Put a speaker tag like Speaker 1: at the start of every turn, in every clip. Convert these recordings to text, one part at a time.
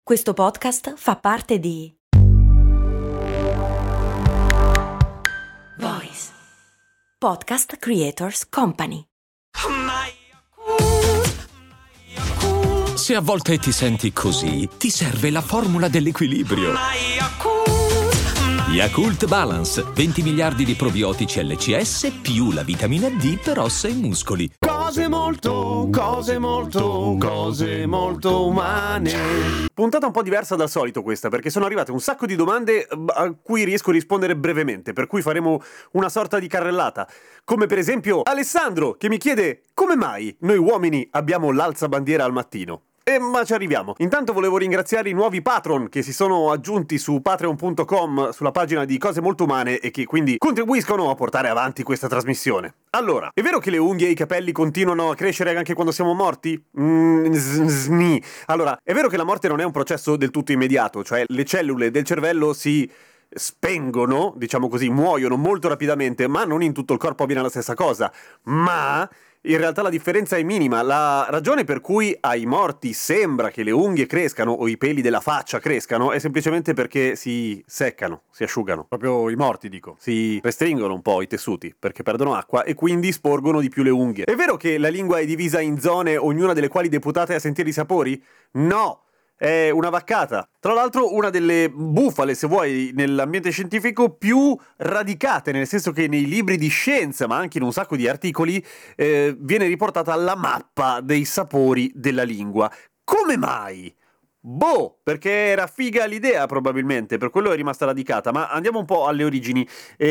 Speaker 1: Questo podcast fa parte di Voice Podcast Creators Company.
Speaker 2: Se a volte ti senti così, ti serve la formula dell'equilibrio. Yakult Balance, 20 miliardi di probiotici LCS più la vitamina D per ossa e muscoli.
Speaker 3: Cose molto umane. Puntata un po' diversa dal solito questa, perché sono arrivate un sacco di domande a cui riesco a rispondere brevemente, per cui faremo una sorta di carrellata. Come per esempio Alessandro, che mi chiede come mai noi uomini abbiamo l'alzabandiera al mattino. Ma ci arriviamo. Intanto volevo ringraziare i nuovi patron che si sono aggiunti su patreon.com, sulla pagina di Cose Molto Umane, e che quindi contribuiscono a portare avanti questa trasmissione. Allora, è vero che le unghie e i capelli continuano a crescere anche quando siamo morti? Sni. Allora, è vero che la morte non è un processo del tutto immediato, cioè le cellule del cervello si spengono, diciamo così, muoiono molto rapidamente, ma non in tutto il corpo avviene la stessa cosa. Ma in realtà la differenza è minima. La ragione per cui ai morti sembra che le unghie crescano o i peli della faccia crescano è semplicemente perché si seccano, si asciugano. Proprio i morti, dico. Si restringono un po' i tessuti perché perdono acqua e quindi sporgono di più le unghie. È vero che la lingua è divisa in zone, ognuna delle quali deputate a sentire i sapori? No! È una vaccata. Tra l'altro una delle bufale, se vuoi, nell'ambiente scientifico più radicate, nel senso che nei libri di scienza, ma anche in un sacco di articoli, viene riportata la mappa dei sapori della lingua. Come mai? Boh, perché era figa l'idea probabilmente, per quello è rimasta radicata, ma andiamo un po' alle origini.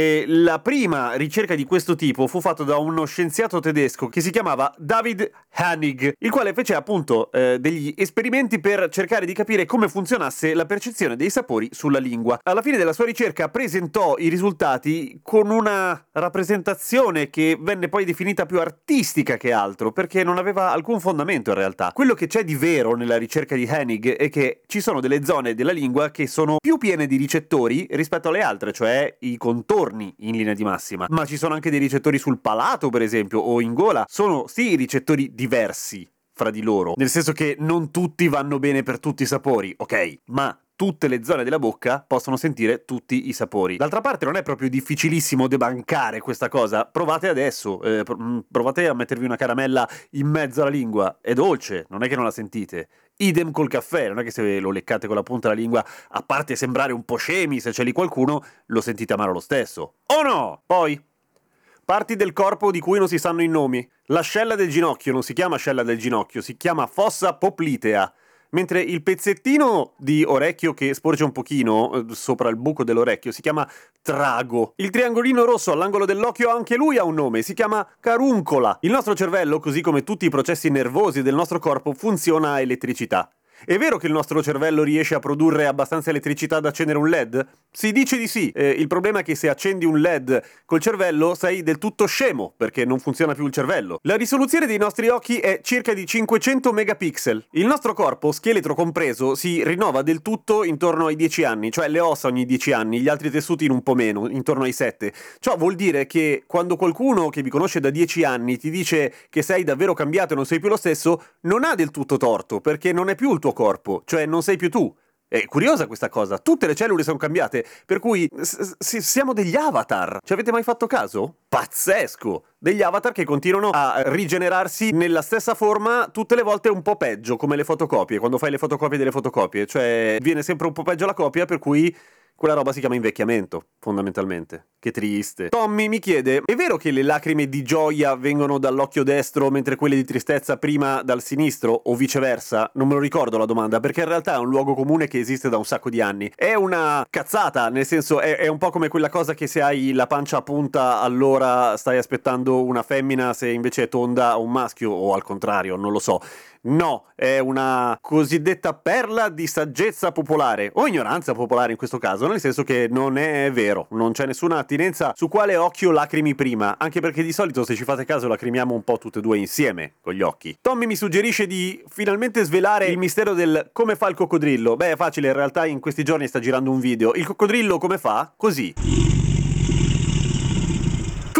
Speaker 3: La prima ricerca di questo tipo fu fatta da uno scienziato tedesco che si chiamava David Hennig, il quale fece appunto degli esperimenti per cercare di capire come funzionasse la percezione dei sapori sulla lingua. Alla fine della sua ricerca presentò i risultati con una rappresentazione che venne poi definita più artistica che altro, perché non aveva alcun fondamento in realtà. Quello che c'è di vero nella ricerca di Hennig è che ci sono delle zone della lingua che sono più piene di ricettori rispetto alle altre, cioè i contorni in linea di massima. Ma ci sono anche dei ricettori sul palato, per esempio, o in gola. Sono sì ricettori diversi fra di loro, nel senso che non tutti vanno bene per tutti i sapori, ok? Ma tutte le zone della bocca possono sentire tutti i sapori. D'altra parte non è proprio difficilissimo debancare questa cosa. Provate adesso, provate a mettervi una caramella in mezzo alla lingua. È dolce, non è che non la sentite. Idem col caffè, non è che se lo leccate con la punta della lingua, a parte sembrare un po' scemi se c'è lì qualcuno, lo sentite amaro lo stesso. O no? Poi, parti del corpo di cui non si sanno i nomi. L'ascella del ginocchio non si chiama ascella del ginocchio, si chiama fossa poplitea. Mentre il pezzettino di orecchio che sporge un pochino sopra il buco dell'orecchio si chiama trago. Il triangolino rosso all'angolo dell'occhio anche lui ha un nome, si chiama caruncola. Il nostro cervello, così come tutti i processi nervosi del nostro corpo, funziona a elettricità. È vero che il nostro cervello riesce a produrre abbastanza elettricità da accendere un LED? Si dice di sì. Il problema è che se accendi un LED col cervello sei del tutto scemo, perché non funziona più il cervello. La risoluzione dei nostri occhi è circa di 500 megapixel. Il nostro corpo, scheletro compreso, si rinnova del tutto intorno ai 10 anni, cioè le ossa ogni 10 anni, gli altri tessuti in un po' meno, intorno ai 7. Ciò vuol dire che quando qualcuno che vi conosce da 10 anni ti dice che sei davvero cambiato e non sei più lo stesso, non ha del tutto torto, perché non è più il tuo corpo, cioè non sei più tu. È curiosa questa cosa, tutte le cellule sono cambiate, per cui siamo degli avatar. Ci avete mai fatto caso? Pazzesco! Degli avatar che continuano a rigenerarsi nella stessa forma tutte le volte un po' peggio, come le fotocopie, quando fai le fotocopie delle fotocopie, cioè viene sempre un po' peggio la copia, per cui quella roba si chiama invecchiamento, fondamentalmente. Che triste. Tommy mi chiede, è vero che le lacrime di gioia vengono dall'occhio destro mentre quelle di tristezza prima dal sinistro, o viceversa? Non me lo ricordo la domanda, perché in realtà è un luogo comune che esiste da un sacco di anni. È una cazzata, nel senso è un po' come quella cosa che se hai la pancia a punta allora stai aspettando una femmina, se invece è tonda un maschio, o al contrario, non lo so. No, è una cosiddetta perla di saggezza popolare, o ignoranza popolare in questo caso, nel senso che non è vero, non c'è nessuna attinenza su quale occhio lacrimi prima, anche perché di solito, se ci fate caso, lacrimiamo un po' tutte e due insieme con gli occhi. Tommy mi suggerisce di finalmente svelare il mistero del come fa il coccodrillo. Beh, è facile, in realtà in questi giorni sta girando un video. Il coccodrillo come fa? Così.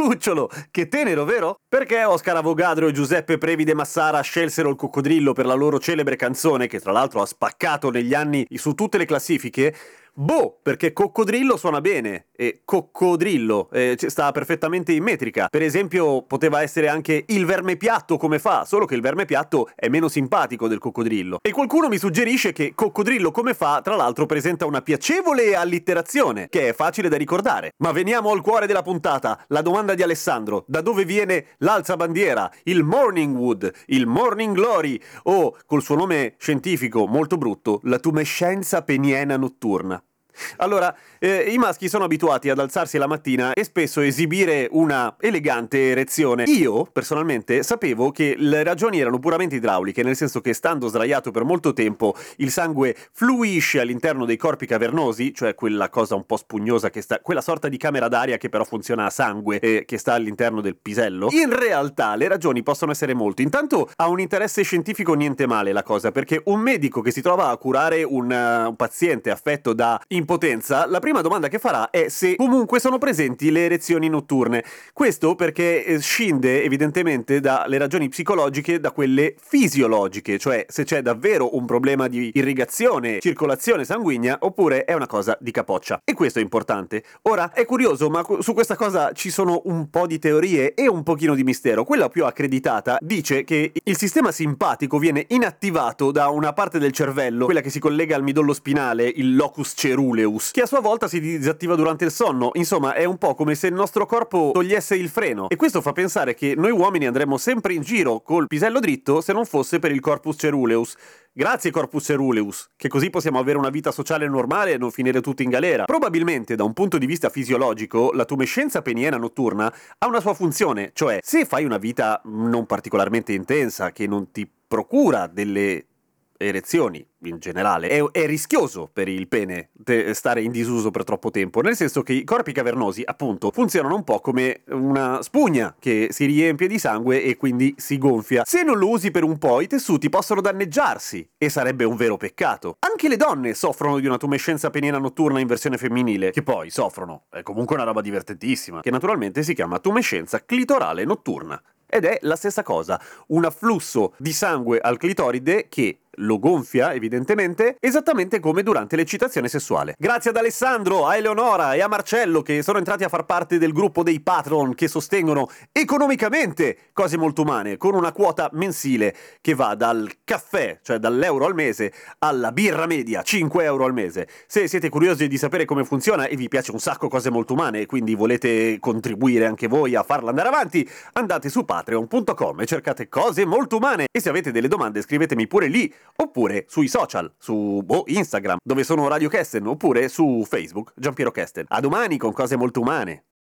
Speaker 3: cucciolo! Che tenero, vero? Perché Oscar Avogadro e Giuseppe Previde Massara scelsero il coccodrillo per la loro celebre canzone, che tra l'altro ha spaccato negli anni su tutte le classifiche? Boh, perché coccodrillo suona bene, e coccodrillo sta perfettamente in metrica. Per esempio, poteva essere anche il verme piatto come fa, solo che il verme piatto è meno simpatico del coccodrillo. E qualcuno mi suggerisce che coccodrillo come fa, tra l'altro, presenta una piacevole allitterazione, che è facile da ricordare. Ma veniamo al cuore della puntata, la domanda di Alessandro: da dove viene l'alzabandiera, il morning wood, il morning glory, o, col suo nome scientifico molto brutto, la tumescenza peniena notturna? Allora, i maschi sono abituati ad alzarsi la mattina e spesso esibire una elegante erezione. Io, personalmente, sapevo che le ragioni erano puramente idrauliche, nel senso che stando sdraiato per molto tempo il sangue fluisce all'interno dei corpi cavernosi, cioè quella cosa un po' spugnosa che sta, quella sorta di camera d'aria che però funziona a sangue e che sta all'interno del pisello. In realtà le ragioni possono essere molte. Intanto ha un interesse scientifico niente male la cosa, perché un medico che si trova a curare un paziente affetto da impotenza, la prima domanda che farà è se comunque sono presenti le erezioni notturne. Questo perché scinde evidentemente dalle ragioni psicologiche da quelle fisiologiche, cioè se c'è davvero un problema di irrigazione, circolazione sanguigna, oppure è una cosa di capoccia. E questo è importante. Ora, è curioso, ma su questa cosa ci sono un po' di teorie e un pochino di mistero. Quella più accreditata dice che il sistema simpatico viene inattivato da una parte del cervello, quella che si collega al midollo spinale, il locus ceruleus, che a sua volta si disattiva durante il sonno. Insomma, è un po' come se il nostro corpo togliesse il freno, e questo fa pensare che noi uomini andremmo sempre in giro col pisello dritto se non fosse per il corpus ceruleus. Grazie corpus ceruleus, che così possiamo avere una vita sociale normale e non finire tutti in galera. Probabilmente da un punto di vista fisiologico la tumescenza peniena notturna ha una sua funzione, cioè se fai una vita non particolarmente intensa, che non ti procura delle erezioni in generale, è rischioso per il pene stare in disuso per troppo tempo, nel senso che i corpi cavernosi appunto funzionano un po' come una spugna che si riempie di sangue e quindi si gonfia. Se non lo usi per un po' i tessuti possono danneggiarsi e sarebbe un vero peccato. Anche le donne soffrono di una tumescenza peniena notturna in versione femminile, che poi soffrono, è comunque una roba divertentissima, che naturalmente si chiama tumescenza clitorale notturna. Ed è la stessa cosa, un afflusso di sangue al clitoride che lo gonfia, evidentemente, esattamente come durante l'eccitazione sessuale. Grazie ad Alessandro, a Eleonora e a Marcello, che sono entrati a far parte del gruppo dei Patreon che sostengono economicamente Cose Molto Umane, con una quota mensile che va dal caffè, cioè dall'euro al mese, alla birra media, 5 euro al mese. Se siete curiosi di sapere come funziona e vi piace un sacco Cose Molto Umane e quindi volete contribuire anche voi a farla andare avanti, andate su patreon.com e cercate Cose Molto Umane, e se avete delle domande scrivetemi pure lì, oppure sui social, su Instagram, dove sono Radio Kesten, oppure su Facebook, Giampiero Kesten. A domani con Cose Molto Umane.